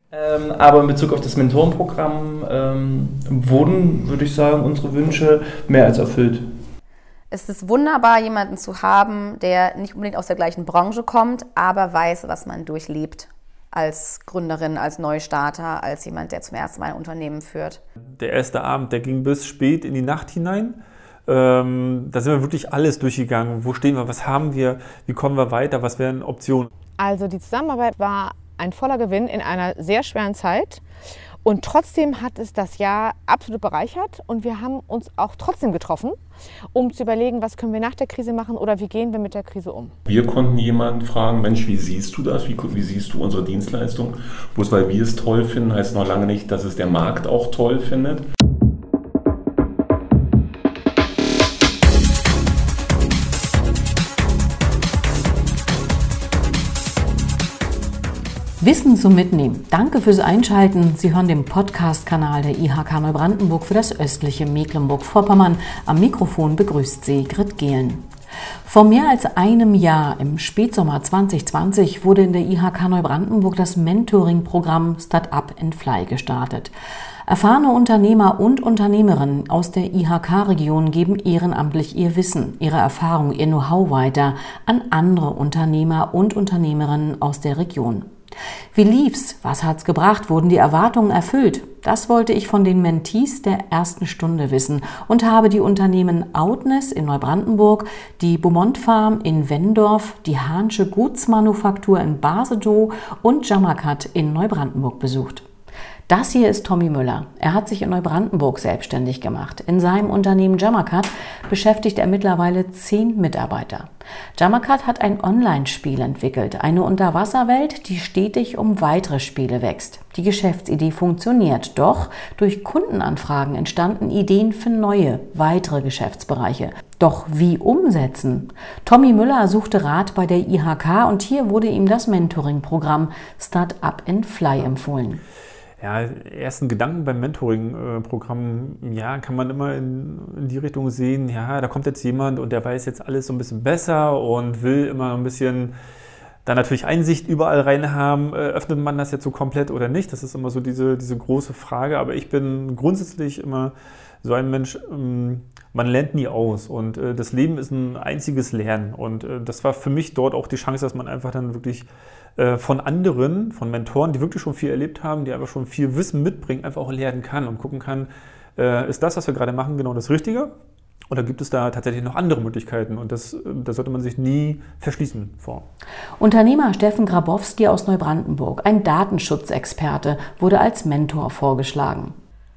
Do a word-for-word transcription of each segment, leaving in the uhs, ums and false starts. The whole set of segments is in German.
Ähm, aber in Bezug auf das Mentorenprogramm ähm, wurden, würde ich sagen, unsere Wünsche mehr als erfüllt. Es ist wunderbar, jemanden zu haben, der nicht unbedingt aus der gleichen Branche kommt, aber weiß, was man durchlebt als Gründerin, als Neustarter, als jemand, der zum ersten Mal ein Unternehmen führt. Der erste Abend, der ging bis spät in die Nacht hinein. Ähm, da sind wir wirklich alles durchgegangen. Wo stehen wir, was haben wir, wie kommen wir weiter, was wären Optionen? Also die Zusammenarbeit war ein voller Gewinn in einer sehr schweren Zeit. Und trotzdem hat es das Jahr absolut bereichert und wir haben uns auch trotzdem getroffen, um zu überlegen, was können wir nach der Krise machen oder wie gehen wir mit der Krise um. Wir konnten jemanden fragen, Mensch, wie siehst du das? Wie, wie siehst du unsere Dienstleistung? Bloß weil wir es toll finden, heißt noch lange nicht, dass es der Markt auch toll findet. Wissen zum Mitnehmen. Danke fürs Einschalten. Sie hören den Podcast-Kanal der I H K Neubrandenburg für das östliche Mecklenburg-Vorpommern. Am Mikrofon begrüßt Sie Grit Gehlen. Vor mehr als einem Jahr, im Spätsommer zwanzig zwanzig, wurde in der I H K Neubrandenburg das Mentoring-Programm Start-up and Fly gestartet. Erfahrene Unternehmer und Unternehmerinnen aus der I H K-Region geben ehrenamtlich ihr Wissen, ihre Erfahrung, ihr Know-how weiter an andere Unternehmer und Unternehmerinnen aus der Region. Wie lief's? Was hat's gebracht? Wurden die Erwartungen erfüllt? Das wollte ich von den Mentees der ersten Stunde wissen und habe die Unternehmen Outness in Neubrandenburg, die Beaumont Farm in Wendorf, die Hahnsche Gutsmanufaktur in Basedow und Jammercat in Neubrandenburg besucht. Das hier ist Tommy Müller. Er hat sich in Neubrandenburg selbstständig gemacht. In seinem Unternehmen Jammercat beschäftigt er mittlerweile zehn Mitarbeiter. Jammercat hat ein Online-Spiel entwickelt, eine Unterwasserwelt, die stetig um weitere Spiele wächst. Die Geschäftsidee funktioniert, doch durch Kundenanfragen entstanden Ideen für neue, weitere Geschäftsbereiche. Doch wie umsetzen? Tommy Müller suchte Rat bei der I H K und hier wurde ihm das Mentoring-Programm Start-up and Fly empfohlen. Ja, ersten Gedanken beim Mentoring-Programm, ja, kann man immer in, in die Richtung sehen, ja, da kommt jetzt jemand und der weiß jetzt alles so ein bisschen besser und will immer ein bisschen da natürlich Einsicht überall rein haben. Öffnet man das jetzt so komplett oder nicht? Das ist immer so diese, diese große Frage, aber ich bin grundsätzlich immer so ein Mensch, man lernt nie aus und das Leben ist ein einziges Lernen und das war für mich dort auch die Chance, dass man einfach dann wirklich von anderen, von Mentoren, die wirklich schon viel erlebt haben, die einfach schon viel Wissen mitbringen, einfach auch lernen kann und gucken kann, ist das, was wir gerade machen, genau das Richtige? Oder gibt es da tatsächlich noch andere Möglichkeiten? Und das, da sollte man sich nie verschließen vor. Unternehmer Steffen Grabowski aus Neubrandenburg, ein Datenschutzexperte, wurde als Mentor vorgeschlagen.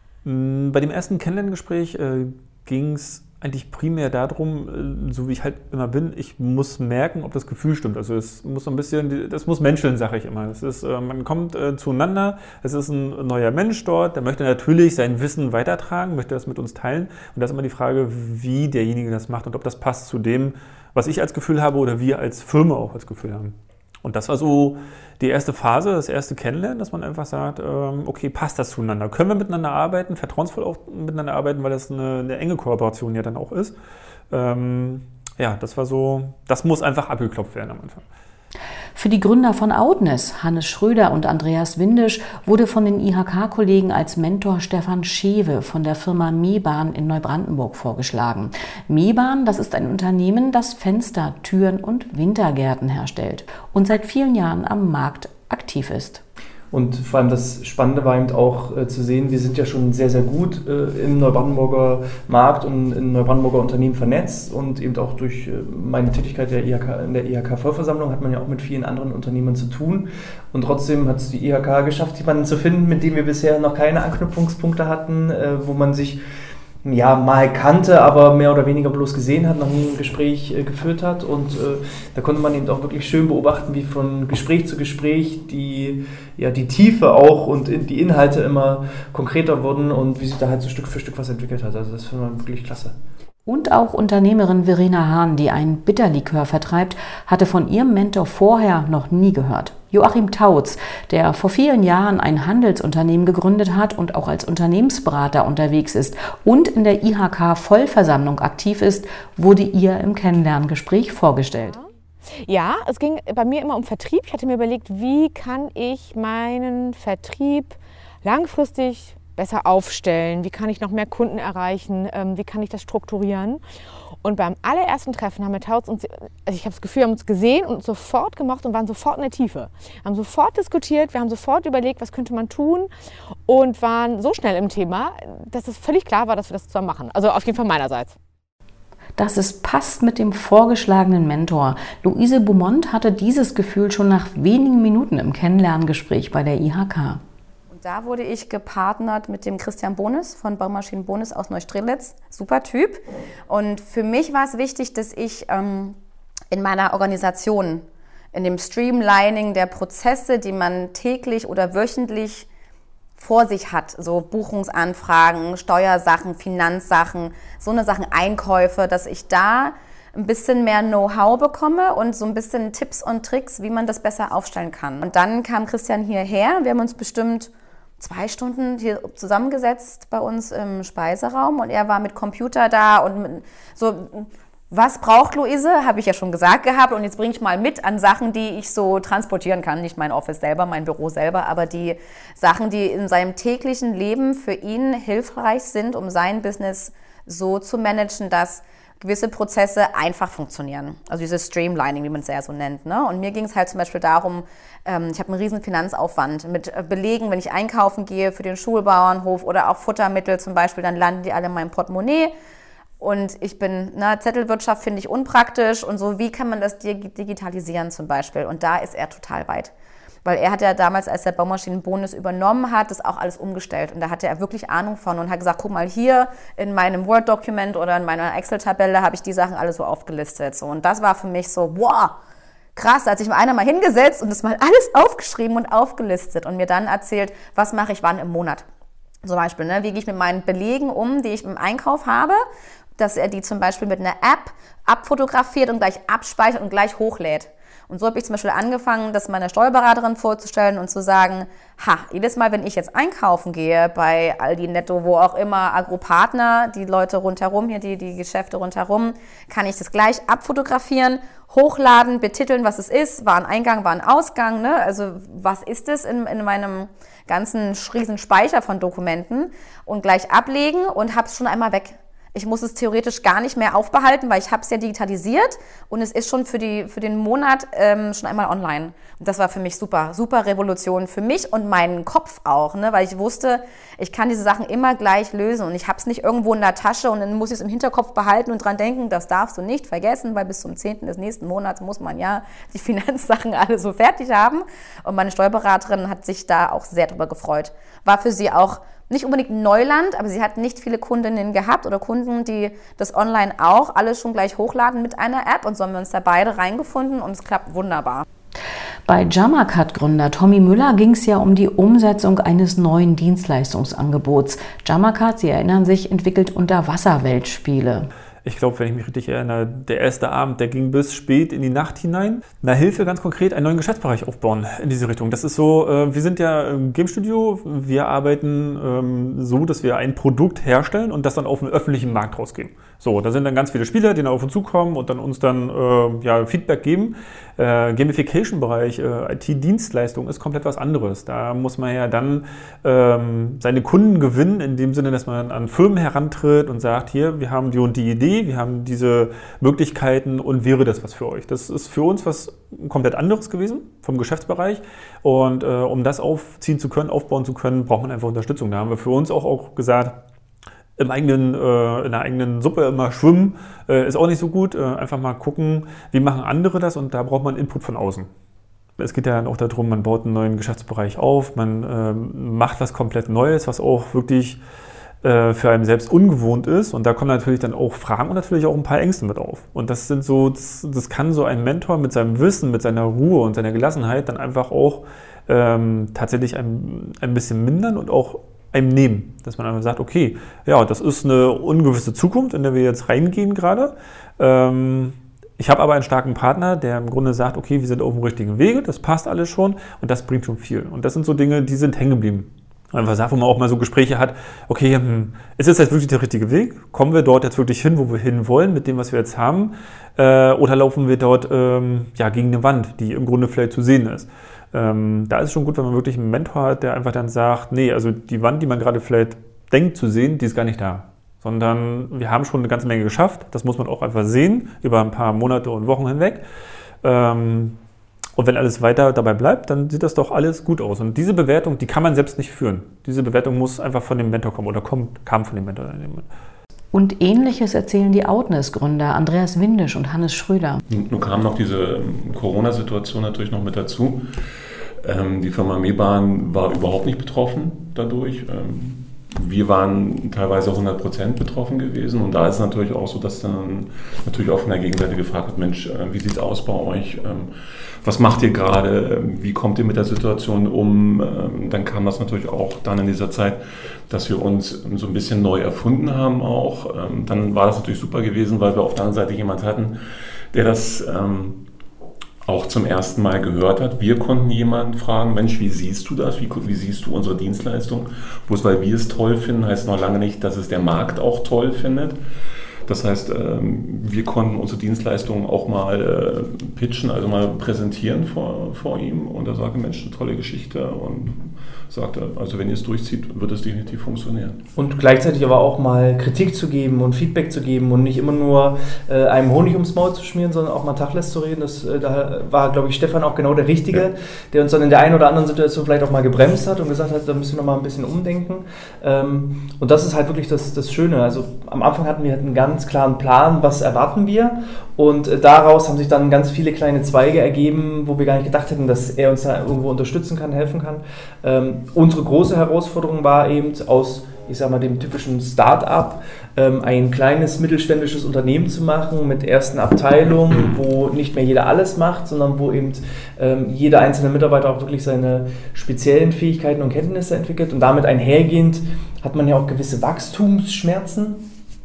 Bei dem ersten Kennenlerngespräch äh, ging es eigentlich primär darum, so wie ich halt immer bin, ich muss merken, ob das Gefühl stimmt. Also es muss so ein bisschen, das muss menscheln, sage ich immer. Es ist, man kommt äh, zueinander, es ist ein neuer Mensch dort, der möchte natürlich sein Wissen weitertragen, möchte das mit uns teilen. Und da ist immer die Frage, wie derjenige das macht und ob das passt zu dem, was ich als Gefühl habe oder wir als Firma auch als Gefühl haben. Und das war so die erste Phase, das erste Kennenlernen, dass man einfach sagt, ähm, okay, passt das zueinander? Können wir miteinander arbeiten, vertrauensvoll auch miteinander arbeiten, weil das eine, eine enge Kooperation ja dann auch ist. Ähm, ja, das war so, das muss einfach abgeklopft werden am Anfang. Für die Gründer von Outness, Hannes Schröder und Andreas Windisch, wurde von den I H K-Kollegen als Mentor Stefan Schewe von der Firma Mebahn in Neubrandenburg vorgeschlagen. Mebahn, das ist ein Unternehmen, das Fenster, Türen und Wintergärten herstellt und seit vielen Jahren am Markt aktiv ist. Und vor allem das Spannende war eben auch äh, zu sehen, wir sind ja schon sehr, sehr gut äh, im Neubrandenburger Markt und in Neubrandenburger Unternehmen vernetzt und eben auch durch äh, meine Tätigkeit der I H K, in der I H K-Vollversammlung hat man ja auch mit vielen anderen Unternehmern zu tun. Und trotzdem hat es die I H K geschafft, jemanden zu finden, mit dem wir bisher noch keine Anknüpfungspunkte hatten, äh, wo man sich ja, mal kannte, aber mehr oder weniger bloß gesehen hat, noch nie ein Gespräch äh, geführt hat. Und äh, da konnte man eben auch wirklich schön beobachten, wie von Gespräch zu Gespräch die, ja, die Tiefe auch und in, die Inhalte immer konkreter wurden und wie sich da halt so Stück für Stück was entwickelt hat. Also das finde ich wirklich klasse. Und auch Unternehmerin Verena Hahn, die ein Bitterlikör vertreibt, hatte von ihrem Mentor vorher noch nie gehört. Joachim Tautz, der vor vielen Jahren ein Handelsunternehmen gegründet hat und auch als Unternehmensberater unterwegs ist und in der I H K-Vollversammlung aktiv ist, wurde ihr im Kennenlerngespräch vorgestellt. Ja, es ging bei mir immer um Vertrieb. Ich hatte mir überlegt, wie kann ich meinen Vertrieb langfristig besser aufstellen? Wie kann ich noch mehr Kunden erreichen? Ähm, wie kann ich das strukturieren? Und beim allerersten Treffen haben wir Tauts uns, also ich habe das Gefühl, wir haben uns gesehen und uns sofort gemocht und waren sofort in der Tiefe. Wir haben sofort diskutiert, wir haben sofort überlegt, was könnte man tun und waren so schnell im Thema, dass es völlig klar war, dass wir das zusammen machen. Also auf jeden Fall meinerseits. Dass es passt mit dem vorgeschlagenen Mentor. Luise Beaumont hatte dieses Gefühl schon nach wenigen Minuten im Kennenlerngespräch bei der I H K. Da wurde ich gepartnert mit dem Christian Bonis von Baumaschinen Bonis aus Neustrelitz. Super Typ. Und für mich war es wichtig, dass ich ähm, in meiner Organisation, in dem Streamlining der Prozesse, die man täglich oder wöchentlich vor sich hat, so Buchungsanfragen, Steuersachen, Finanzsachen, so eine Sachen, Einkäufe, dass ich da ein bisschen mehr Know-how bekomme und so ein bisschen Tipps und Tricks, wie man das besser aufstellen kann. Und dann kam Christian hierher. Wir haben uns bestimmt zwei Stunden hier zusammengesetzt bei uns im Speiseraum und er war mit Computer da und mit, so, was braucht Luise, habe ich ja schon gesagt gehabt und jetzt bringe ich mal mit an Sachen, die ich so transportieren kann, nicht mein Office selber, mein Büro selber, aber die Sachen, die in seinem täglichen Leben für ihn hilfreich sind, um sein Business so zu managen, dass gewisse Prozesse einfach funktionieren. Also dieses Streamlining, wie man es ja so nennt. Ne? Und mir ging es halt zum Beispiel darum, ähm, ich habe einen riesen Finanzaufwand mit Belegen, wenn ich einkaufen gehe für den Schulbauernhof oder auch Futtermittel zum Beispiel, dann landen die alle in meinem Portemonnaie. Und ich bin, na, Zettelwirtschaft finde ich unpraktisch und so, wie kann man das digitalisieren zum Beispiel? Und da ist er total weit. Weil er hat ja damals, als der Baumaschinenbonus übernommen hat, das auch alles umgestellt. Und da hatte er wirklich Ahnung von und hat gesagt, guck mal, hier in meinem Word-Dokument oder in meiner Excel-Tabelle habe ich die Sachen alle so aufgelistet. So. Und das war für mich so, wow, krass, da hat sich mal einer mal hingesetzt und das mal alles aufgeschrieben und aufgelistet und mir dann erzählt, was mache ich wann im Monat. Zum Beispiel, ne, wie gehe ich mit meinen Belegen um, die ich im Einkauf habe, dass er die zum Beispiel mit einer App abfotografiert und gleich abspeichert und gleich hochlädt. Und so habe ich zum Beispiel angefangen, das meiner Steuerberaterin vorzustellen und zu sagen, ha, jedes Mal, wenn ich jetzt einkaufen gehe, bei Aldi, Netto, wo auch immer, Agropartner, die Leute rundherum hier, die, die Geschäfte rundherum, kann ich das gleich abfotografieren, hochladen, betiteln, was es ist, war ein Eingang, war ein Ausgang, ne? Also was ist es in, in meinem ganzen riesen Speicher von Dokumenten und gleich ablegen und habe es schon einmal weg. Ich muss es theoretisch gar nicht mehr aufbehalten, weil ich habe es ja digitalisiert und es ist schon für, die, für den Monat ähm, schon einmal online. Und das war für mich super, super Revolution für mich und meinen Kopf auch, ne? Weil ich wusste, ich kann diese Sachen immer gleich lösen und ich habe es nicht irgendwo in der Tasche und dann muss ich es im Hinterkopf behalten und dran denken, das darfst du nicht vergessen, weil bis zum zehnten des nächsten Monats muss man ja die Finanzsachen alle so fertig haben. Und meine Steuerberaterin hat sich da auch sehr drüber gefreut. War für sie auch nicht unbedingt Neuland, aber sie hat nicht viele Kundinnen gehabt oder Kunden, die das online auch alles schon gleich hochladen mit einer App und so haben wir uns da beide reingefunden und es klappt wunderbar. Bei Jammercat-Gründer Tommy Müller ging es ja um die Umsetzung eines neuen Dienstleistungsangebots. Jammercat, Sie erinnern sich, entwickelt Unterwasser-Weltspiele. Ich glaube, wenn ich mich richtig erinnere, der erste Abend, der ging bis spät in die Nacht hinein. Na, Hilfe ganz konkret, einen neuen Geschäftsbereich aufbauen in diese Richtung. Das ist so, äh, wir sind ja im Game Studio, wir arbeiten ähm, so, dass wir ein Produkt herstellen und das dann auf den öffentlichen Markt rausgeben. So, da sind dann ganz viele Spieler, die dann auf uns zukommen und dann uns dann äh, ja, Feedback geben. Äh, Gamification-Bereich, äh, I T-Dienstleistung ist komplett was anderes. Da muss man ja dann ähm, seine Kunden gewinnen, in dem Sinne, dass man an Firmen herantritt und sagt, hier, wir haben die und die Idee, wir haben diese Möglichkeiten und wäre das was für euch? Das ist für uns was komplett anderes gewesen vom Geschäftsbereich und äh, um das aufziehen zu können, aufbauen zu können, braucht man einfach Unterstützung. Da haben wir für uns auch, auch gesagt, im eigenen, äh, in der eigenen Suppe immer schwimmen, äh, ist auch nicht so gut. Äh, einfach mal gucken, wie machen andere das und da braucht man Input von außen. Es geht ja dann auch darum, man baut einen neuen Geschäftsbereich auf, man äh, macht was komplett Neues, was auch wirklich äh, für einen selbst ungewohnt ist und da kommen natürlich dann auch Fragen und natürlich auch ein paar Ängste mit auf. Und das sind so, das, das kann so ein Mentor mit seinem Wissen, mit seiner Ruhe und seiner Gelassenheit dann einfach auch ähm, tatsächlich ein, ein bisschen mindern und auch einem nehmen, dass man einfach sagt, okay, ja, das ist eine ungewisse Zukunft, in der wir jetzt reingehen gerade. Ähm, ich habe aber einen starken Partner, der im Grunde sagt, okay, wir sind auf dem richtigen Wege, das passt alles schon und das bringt schon viel. Und das sind so Dinge, die sind hängen geblieben. Einfach sagt, wo man auch mal so Gespräche hat, okay, hm, ist das jetzt wirklich der richtige Weg? Kommen wir dort jetzt wirklich hin, wo wir hin wollen, mit dem, was wir jetzt haben? Äh, oder laufen wir dort ähm, ja, gegen eine Wand, die im Grunde vielleicht zu sehen ist? Ähm, da ist es schon gut, wenn man wirklich einen Mentor hat, der einfach dann sagt, nee, also die Wand, die man gerade vielleicht denkt zu sehen, die ist gar nicht da. Sondern wir haben schon eine ganze Menge geschafft. Das muss man auch einfach sehen, über ein paar Monate und Wochen hinweg. Ähm, Und wenn alles weiter dabei bleibt, dann sieht das doch alles gut aus. Und diese Bewertung, die kann man selbst nicht führen. Diese Bewertung muss einfach von dem Mentor kommen oder kommt, kam von dem Mentor. Und Ähnliches erzählen die Outness-Gründer Andreas Windisch und Hannes Schröder. Nun kam noch diese Corona-Situation natürlich noch mit dazu. Ähm, die Firma Mebahn war überhaupt nicht betroffen dadurch. Ähm, wir waren teilweise hundert Prozent betroffen gewesen und da ist es natürlich auch so, dass dann natürlich auch von der Gegenseite gefragt wird, Mensch, wie sieht es aus bei euch? Was macht ihr gerade? Wie kommt ihr mit der Situation um? Dann kam das natürlich auch dann in dieser Zeit, dass wir uns so ein bisschen neu erfunden haben auch. Dann war das natürlich super gewesen, weil wir auf der anderen Seite jemanden hatten, der das auch zum ersten Mal gehört hat. Wir konnten jemanden fragen, Mensch, wie siehst du das? Wie, wie siehst du unsere Dienstleistung? Bloß weil wir es toll finden, heißt noch lange nicht, dass es der Markt auch toll findet. Das heißt, wir konnten unsere Dienstleistungen auch mal pitchen, also mal präsentieren vor, vor ihm. Und er sagte, Mensch, eine tolle Geschichte. Und sagte, also wenn ihr es durchzieht, wird es definitiv funktionieren. Und gleichzeitig aber auch mal Kritik zu geben und Feedback zu geben und nicht immer nur äh, einem Honig ums Maul zu schmieren, sondern auch mal Tacheles zu reden. Das, äh, da war, glaube ich, Stefan auch genau der Richtige, ja, der uns dann in der einen oder anderen Situation vielleicht auch mal gebremst hat und gesagt hat, da müssen wir noch mal ein bisschen umdenken. Ähm, und das ist halt wirklich das, das Schöne. Also am Anfang hatten wir halt einen ganz klaren Plan, was erwarten wir. Und äh, daraus haben sich dann ganz viele kleine Zweige ergeben, wo wir gar nicht gedacht hätten, dass er uns da irgendwo unterstützen kann, helfen kann. Ähm, unsere große Herausforderung war eben aus, ich sag mal, dem typischen Start-up ähm, ein kleines mittelständisches Unternehmen zu machen mit ersten Abteilungen, wo nicht mehr jeder alles macht, sondern wo eben ähm, jeder einzelne Mitarbeiter auch wirklich seine speziellen Fähigkeiten und Kenntnisse entwickelt. Und damit einhergehend hat man ja auch gewisse Wachstumsschmerzen.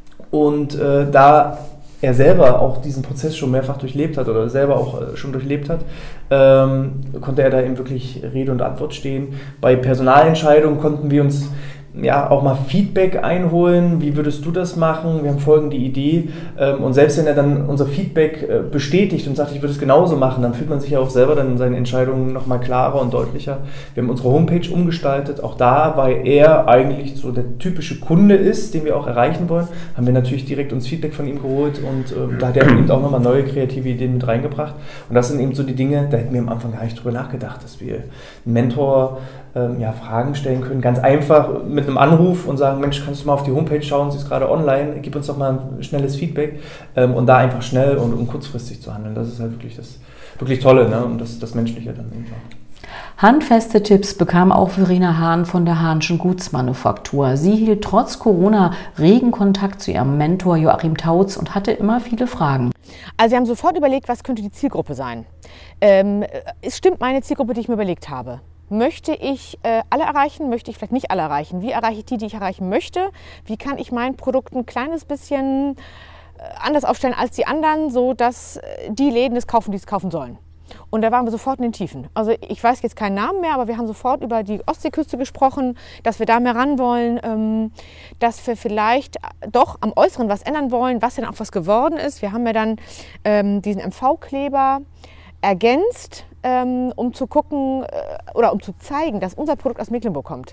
Und äh, da er selber auch diesen Prozess schon mehrfach durchlebt hat oder selber auch äh, schon durchlebt hat, ähm, konnte er da eben wirklich Rede und Antwort stehen. Bei Personalentscheidungen konnten wir uns ja auch mal Feedback einholen. Wie würdest du das machen? Wir haben folgende Idee. Ähm, und selbst wenn er dann unser Feedback äh, bestätigt und sagt, ich würde es genauso machen, dann fühlt man sich ja auch selber dann in seinen Entscheidungen nochmal klarer und deutlicher. Wir haben unsere Homepage umgestaltet. Auch da, weil er eigentlich so der typische Kunde ist, den wir auch erreichen wollen, haben wir natürlich direkt uns Feedback von ihm geholt und äh, da hat er eben auch nochmal neue kreative Ideen mit reingebracht. Und das sind eben so die Dinge, da hätten wir am Anfang gar nicht drüber nachgedacht, dass wir einen Mentor ähm, ja, Fragen stellen können, ganz einfach mit einem Anruf und sagen, Mensch, kannst du mal auf die Homepage schauen, sie ist gerade online, gib uns doch mal ein schnelles Feedback ähm, und da einfach schnell und, und kurzfristig zu handeln. Das ist halt wirklich das wirklich Tolle, ne? Und das, das Menschliche dann eben auch. Handfeste Tipps bekam auch Verena Hahn von der Hahnschen Gutsmanufaktur. Sie hielt trotz Corona regen Kontakt zu ihrem Mentor Joachim Tautz und hatte immer viele Fragen. Also wir haben sofort überlegt, was könnte die Zielgruppe sein. Ähm, es stimmt meine Zielgruppe, die ich mir überlegt habe. Möchte ich äh, alle erreichen? Möchte ich vielleicht nicht alle erreichen? Wie erreiche ich die, die ich erreichen möchte? Wie kann ich mein Produkt ein kleines bisschen äh, anders aufstellen als die anderen, sodass äh, die Läden es kaufen, die es kaufen sollen? Und da waren wir sofort in den Tiefen. Also ich weiß jetzt keinen Namen mehr, aber wir haben sofort über die Ostseeküste gesprochen, dass wir da mehr ran wollen, ähm, dass wir vielleicht doch am Äußeren was ändern wollen, was denn auch was geworden ist. Wir haben ja dann ähm, diesen M V-Kleber ergänzt, ähm, um zu gucken äh, oder um zu zeigen, dass unser Produkt aus Mecklenburg kommt.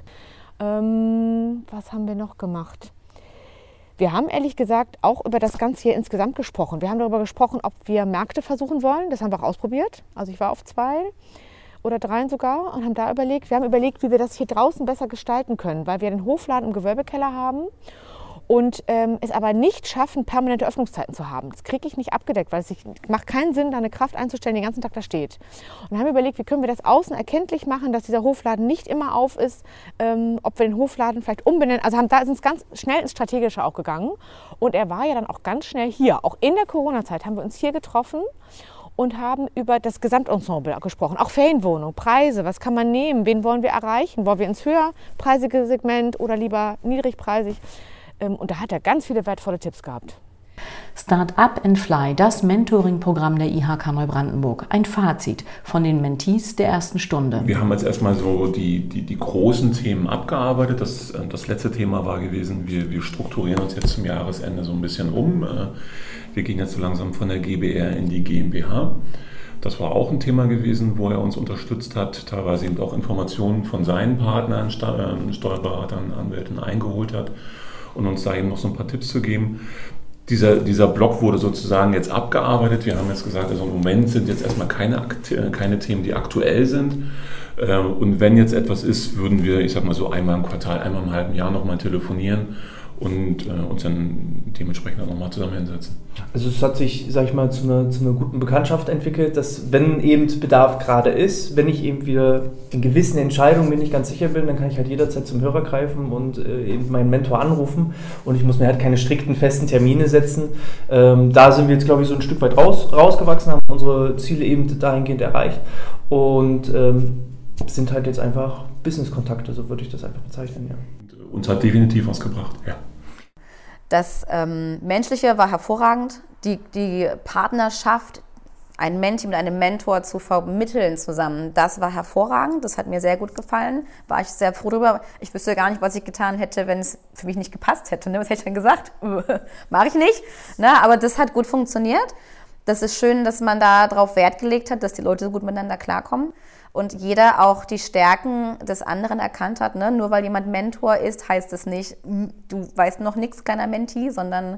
Ähm, was haben wir noch gemacht? Wir haben ehrlich gesagt auch über das Ganze hier insgesamt gesprochen. Wir haben darüber gesprochen, ob wir Märkte versuchen wollen. Das haben wir auch ausprobiert. Also ich war auf zwei oder dreien sogar und haben da überlegt. Wir haben überlegt, wie wir das hier draußen besser gestalten können, weil wir den Hofladen im Gewölbekeller haben und ähm, es aber nicht schaffen, permanente Öffnungszeiten zu haben. Das kriege ich nicht abgedeckt, weil es sich, macht keinen Sinn, da eine Kraft einzustellen, die den ganzen Tag da steht. Und haben überlegt, wie können wir das außen erkenntlich machen, dass dieser Hofladen nicht immer auf ist, ähm, ob wir den Hofladen vielleicht umbenennen. Also haben, da sind es ganz schnell ins Strategische auch gegangen. Und er war ja dann auch ganz schnell hier. Auch in der Corona-Zeit haben wir uns hier getroffen und haben über das Gesamtensemble gesprochen. Auch Ferienwohnung, Preise, was kann man nehmen, wen wollen wir erreichen? Wollen wir ins höherpreisige Segment oder lieber niedrigpreisig? Und da hat er ganz viele wertvolle Tipps gehabt. Start Up and Fly, das Mentoring-Programm der I H K Neubrandenburg. Ein Fazit von den Mentees der ersten Stunde. Wir haben jetzt erstmal so die, die, die großen Themen abgearbeitet. Das, das letzte Thema war gewesen, wir, wir strukturieren uns jetzt zum Jahresende so ein bisschen um. Wir gehen jetzt so langsam von der G B R in die G m b H. Das war auch ein Thema gewesen, wo er uns unterstützt hat, teilweise eben auch Informationen von seinen Partnern, Steuerberatern, Anwälten eingeholt hat und uns da eben noch so ein paar Tipps zu geben. Dieser, dieser Block wurde sozusagen jetzt abgearbeitet. Wir haben jetzt gesagt, also im Moment sind jetzt erstmal keine, keine Themen, die aktuell sind. Und wenn jetzt etwas ist, würden wir, ich sag mal so einmal im Quartal, einmal im halben Jahr nochmal telefonieren und uns dann dementsprechend auch nochmal zusammen hinsetzen. Also es hat sich, sag ich mal, zu einer, zu einer guten Bekanntschaft entwickelt, dass wenn eben Bedarf gerade ist, wenn ich eben wieder in gewissen Entscheidungen mir nicht ganz sicher bin, dann kann ich halt jederzeit zum Hörer greifen und äh, eben meinen Mentor anrufen und ich muss mir halt keine strikten, festen Termine setzen. Ähm, da sind wir jetzt, glaube ich, so ein Stück weit raus, rausgewachsen, haben unsere Ziele eben dahingehend erreicht und ähm, sind halt jetzt einfach Business-Kontakte, so würde ich das einfach bezeichnen, ja. Uns hat definitiv was gebracht, ja. Das ähm, Menschliche war hervorragend. Die, die Partnerschaft, ein Menti mit einem Mentor zu vermitteln zusammen, das war hervorragend. Das hat mir sehr gut gefallen. War ich sehr froh drüber. Ich wüsste gar nicht, was ich getan hätte, wenn es für mich nicht gepasst hätte. Ne? Was hätte ich dann gesagt? Mache ich nicht. Ne? Aber das hat gut funktioniert. Das ist schön, dass man da drauf Wert gelegt hat, dass die Leute so gut miteinander klarkommen. Und jeder auch die Stärken des anderen erkannt hat. Ne? Nur weil jemand Mentor ist, heißt es nicht, du weißt noch nichts, kleiner Mentee, sondern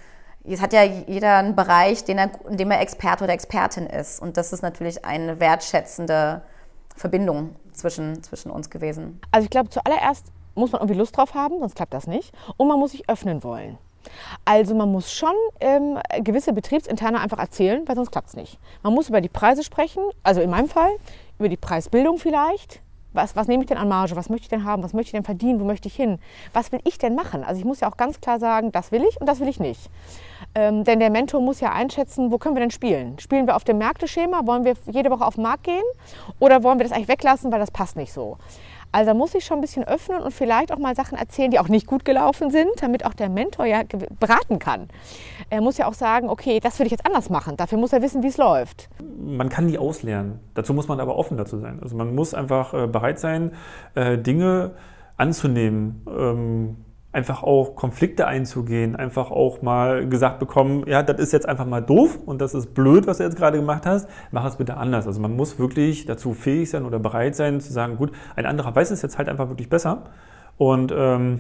es hat ja jeder einen Bereich, den er, in dem er Experte oder Expertin ist. Und das ist natürlich eine wertschätzende Verbindung zwischen, zwischen uns gewesen. Also ich glaube, zuallererst muss man irgendwie Lust drauf haben, sonst klappt das nicht. Und man muss sich öffnen wollen. Also man muss schon ähm, gewisse Betriebsinterne einfach erzählen, weil sonst klappt es nicht. Man muss über die Preise sprechen, also in meinem Fall über die Preisbildung vielleicht. Was, was nehme ich denn an Marge? Was möchte ich denn haben? Was möchte ich denn verdienen? Wo möchte ich hin? Was will ich denn machen? Also ich muss ja auch ganz klar sagen, das will ich und das will ich nicht. Ähm, denn der Mentor muss ja einschätzen, wo können wir denn spielen? Spielen wir auf dem Märkteschema? Wollen wir jede Woche auf den Markt gehen? Oder wollen wir das eigentlich weglassen, weil das passt nicht so? Also da muss ich schon ein bisschen öffnen und vielleicht auch mal Sachen erzählen, die auch nicht gut gelaufen sind, damit auch der Mentor ja beraten kann. Er muss ja auch sagen, okay, das würde ich jetzt anders machen. Dafür muss er wissen, wie es läuft. Man kann nie auslernen. Dazu muss man aber offen dazu sein. Also man muss einfach äh, bereit sein, äh, Dinge anzunehmen, ähm, einfach auch Konflikte einzugehen, einfach auch mal gesagt bekommen, ja, das ist jetzt einfach mal doof und das ist blöd, was du jetzt gerade gemacht hast, mach es bitte anders. Also man muss wirklich dazu fähig sein oder bereit sein zu sagen, gut, ein anderer weiß es jetzt halt einfach wirklich besser und ähm,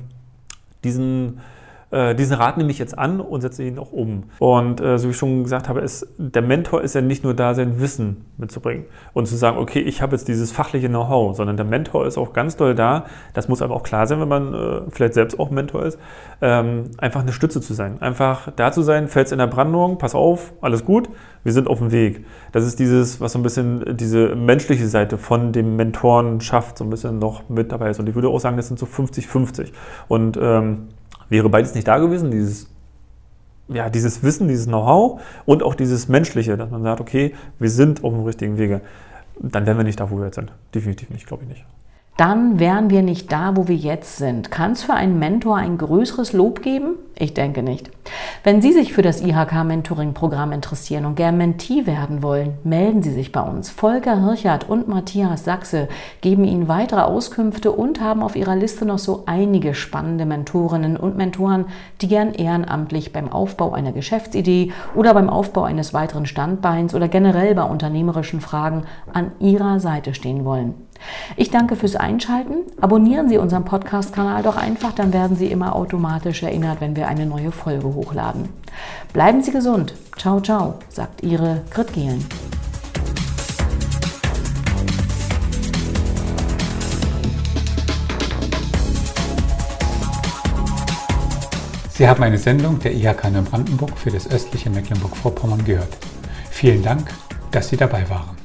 diesen, äh, diesen Rat nehme ich jetzt an und setze ihn auch um. Und äh, so wie ich schon gesagt habe, ist, der Mentor ist ja nicht nur da, sein Wissen mitzubringen und zu sagen, okay, ich habe jetzt dieses fachliche Know-how, sondern der Mentor ist auch ganz doll da, das muss aber auch klar sein, wenn man äh, vielleicht selbst auch Mentor ist, ähm, einfach eine Stütze zu sein. Einfach da zu sein, Fels in der Brandung, pass auf, alles gut, wir sind auf dem Weg. Das ist dieses, was so ein bisschen diese menschliche Seite von dem Mentoren schafft, so ein bisschen noch mit dabei ist. Und ich würde auch sagen, das sind so fünfzig fünfzig. Und ähm, wäre beides nicht da gewesen, dieses, ja, dieses Wissen, dieses Know-how und auch dieses Menschliche, dass man sagt, okay, wir sind auf dem richtigen Wege, dann wären wir nicht da, wo wir jetzt sind. Definitiv nicht, glaube ich nicht. Dann wären wir nicht da, wo wir jetzt sind. Kann es für einen Mentor ein größeres Lob geben? Ich denke nicht. Wenn Sie sich für das I H K-Mentoring-Programm interessieren und gern Mentee werden wollen, melden Sie sich bei uns. Volker Hirchert und Matthias Sachse geben Ihnen weitere Auskünfte und haben auf ihrer Liste noch so einige spannende Mentorinnen und Mentoren, die gern ehrenamtlich beim Aufbau einer Geschäftsidee oder beim Aufbau eines weiteren Standbeins oder generell bei unternehmerischen Fragen an Ihrer Seite stehen wollen. Ich danke fürs Einschalten. Abonnieren Sie unseren Podcast-Kanal doch einfach, dann werden Sie immer automatisch erinnert, wenn wir eine neue Folge hochladen. Bleiben Sie gesund. Ciao, ciao, sagt Ihre Grit Gehlen. Sie haben eine Sendung der I H K Neubrandenburg für das östliche Mecklenburg-Vorpommern gehört. Vielen Dank, dass Sie dabei waren.